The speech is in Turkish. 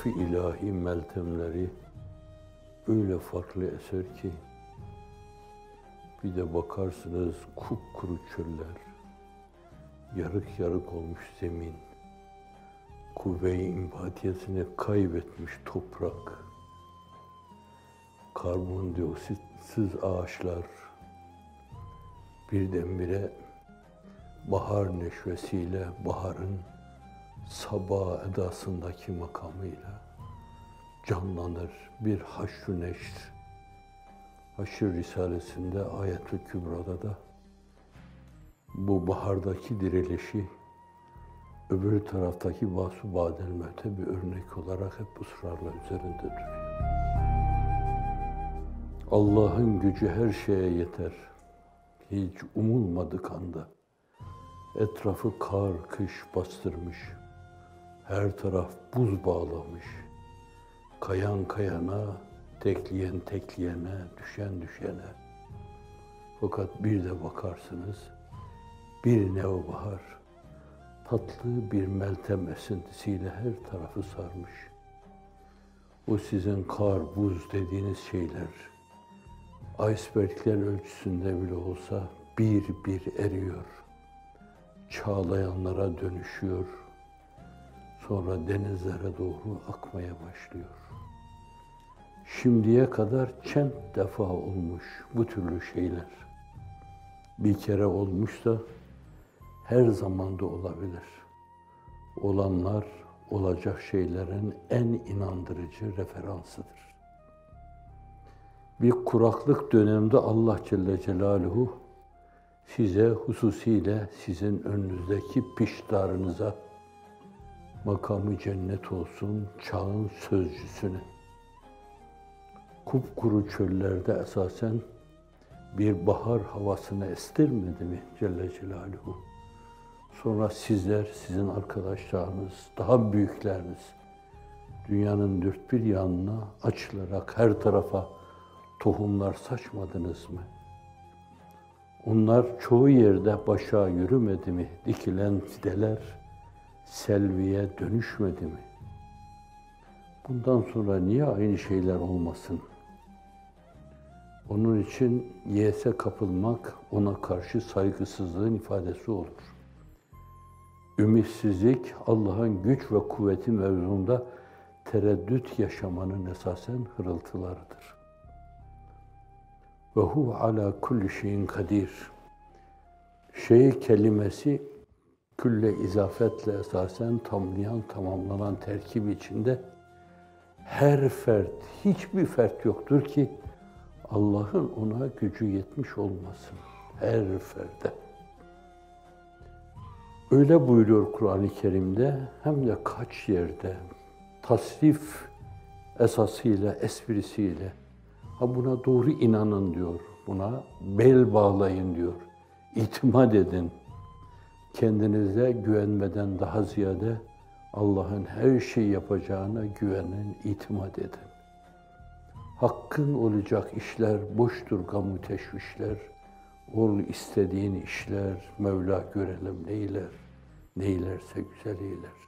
lütfu ilahi meltemleri öyle farklı eser ki, bir de bakarsınız kupkuru çöller, yarık yarık olmuş zemin, kuvve-i imbatiyesini kaybetmiş toprak, karbondioksitsiz ağaçlar, birdenbire bahar neşvesiyle, baharın sabah edasındaki makamıyla canlanır. Bir haşr-ı neşr, Haşr Risalesi'nde Ayet-ü Kübra'da da bu bahardaki dirilişi öbür taraftaki Vasu Badel Mevt'e bir örnek olarak hep ısrarla üzerinde duruyor. Allah'ın gücü her şeye yeter. Hiç umulmadık anda. Etrafı kar, kış bastırmış. Her taraf buz bağlamış. Kayan kayana, tekleyen tekleyene, düşen düşene. Fakat bir de bakarsınız, bir nevbahar, tatlı bir meltem esintisiyle her tarafı sarmış. O sizin kar, buz dediğiniz şeyler, icebergler ölçüsünde bile olsa bir bir eriyor. Çağlayanlara dönüşüyor. Sonra denizlere doğru akmaya başlıyor. Şimdiye kadar çent defa olmuş bu türlü şeyler. Bir kere olmuşsa her zamanda olabilir. Olanlar olacak şeylerin en inandırıcı referansıdır. Bir kuraklık döneminde Allah Celle Celaluhu size hususiyle sizin önünüzdeki piştarınıza makamı cennet olsun çağın sözcüsünü. Kupkuru çöllerde esasen bir bahar havasını estirmedi mi Celle Celaluhu? Sonra sizler, sizin arkadaşlarınız, daha büyükleriniz dünyanın dört bir yanına açılarak her tarafa tohumlar saçmadınız mı? Onlar çoğu yerde başa yürümedi mi? Dikilen fideler selviye dönüşmedi mi? Bundan sonra niye aynı şeyler olmasın? Onun için yese kapılmak ona karşı saygısızlığın ifadesi olur. Ümitsizlik Allah'ın güç ve kuvveti mevzunda tereddüt yaşamanın esasen hırıltılarıdır. Ve hu ala kulli şeyin kadir. Şey kelimesi külle izafetle esasen tamlayan, tamamlanan terkib içinde her fert, hiçbir fert yoktur ki Allah'ın ona gücü yetmiş olmasın. Her ferde. Öyle buyuruyor Kur'an-ı Kerim'de hem de kaç yerde tasrif esasıyla, esprisiyle buna doğru inanın diyor. Buna bel bağlayın diyor. İtimat edin. Kendinize güvenmeden daha ziyade Allah'ın her şeyi yapacağına güvenin, itimat edin. Hakkın olacak işler boştur gamı teşvişler. Ol istediğin işler, Mevla görelim neyler, neylerse güzel eyler.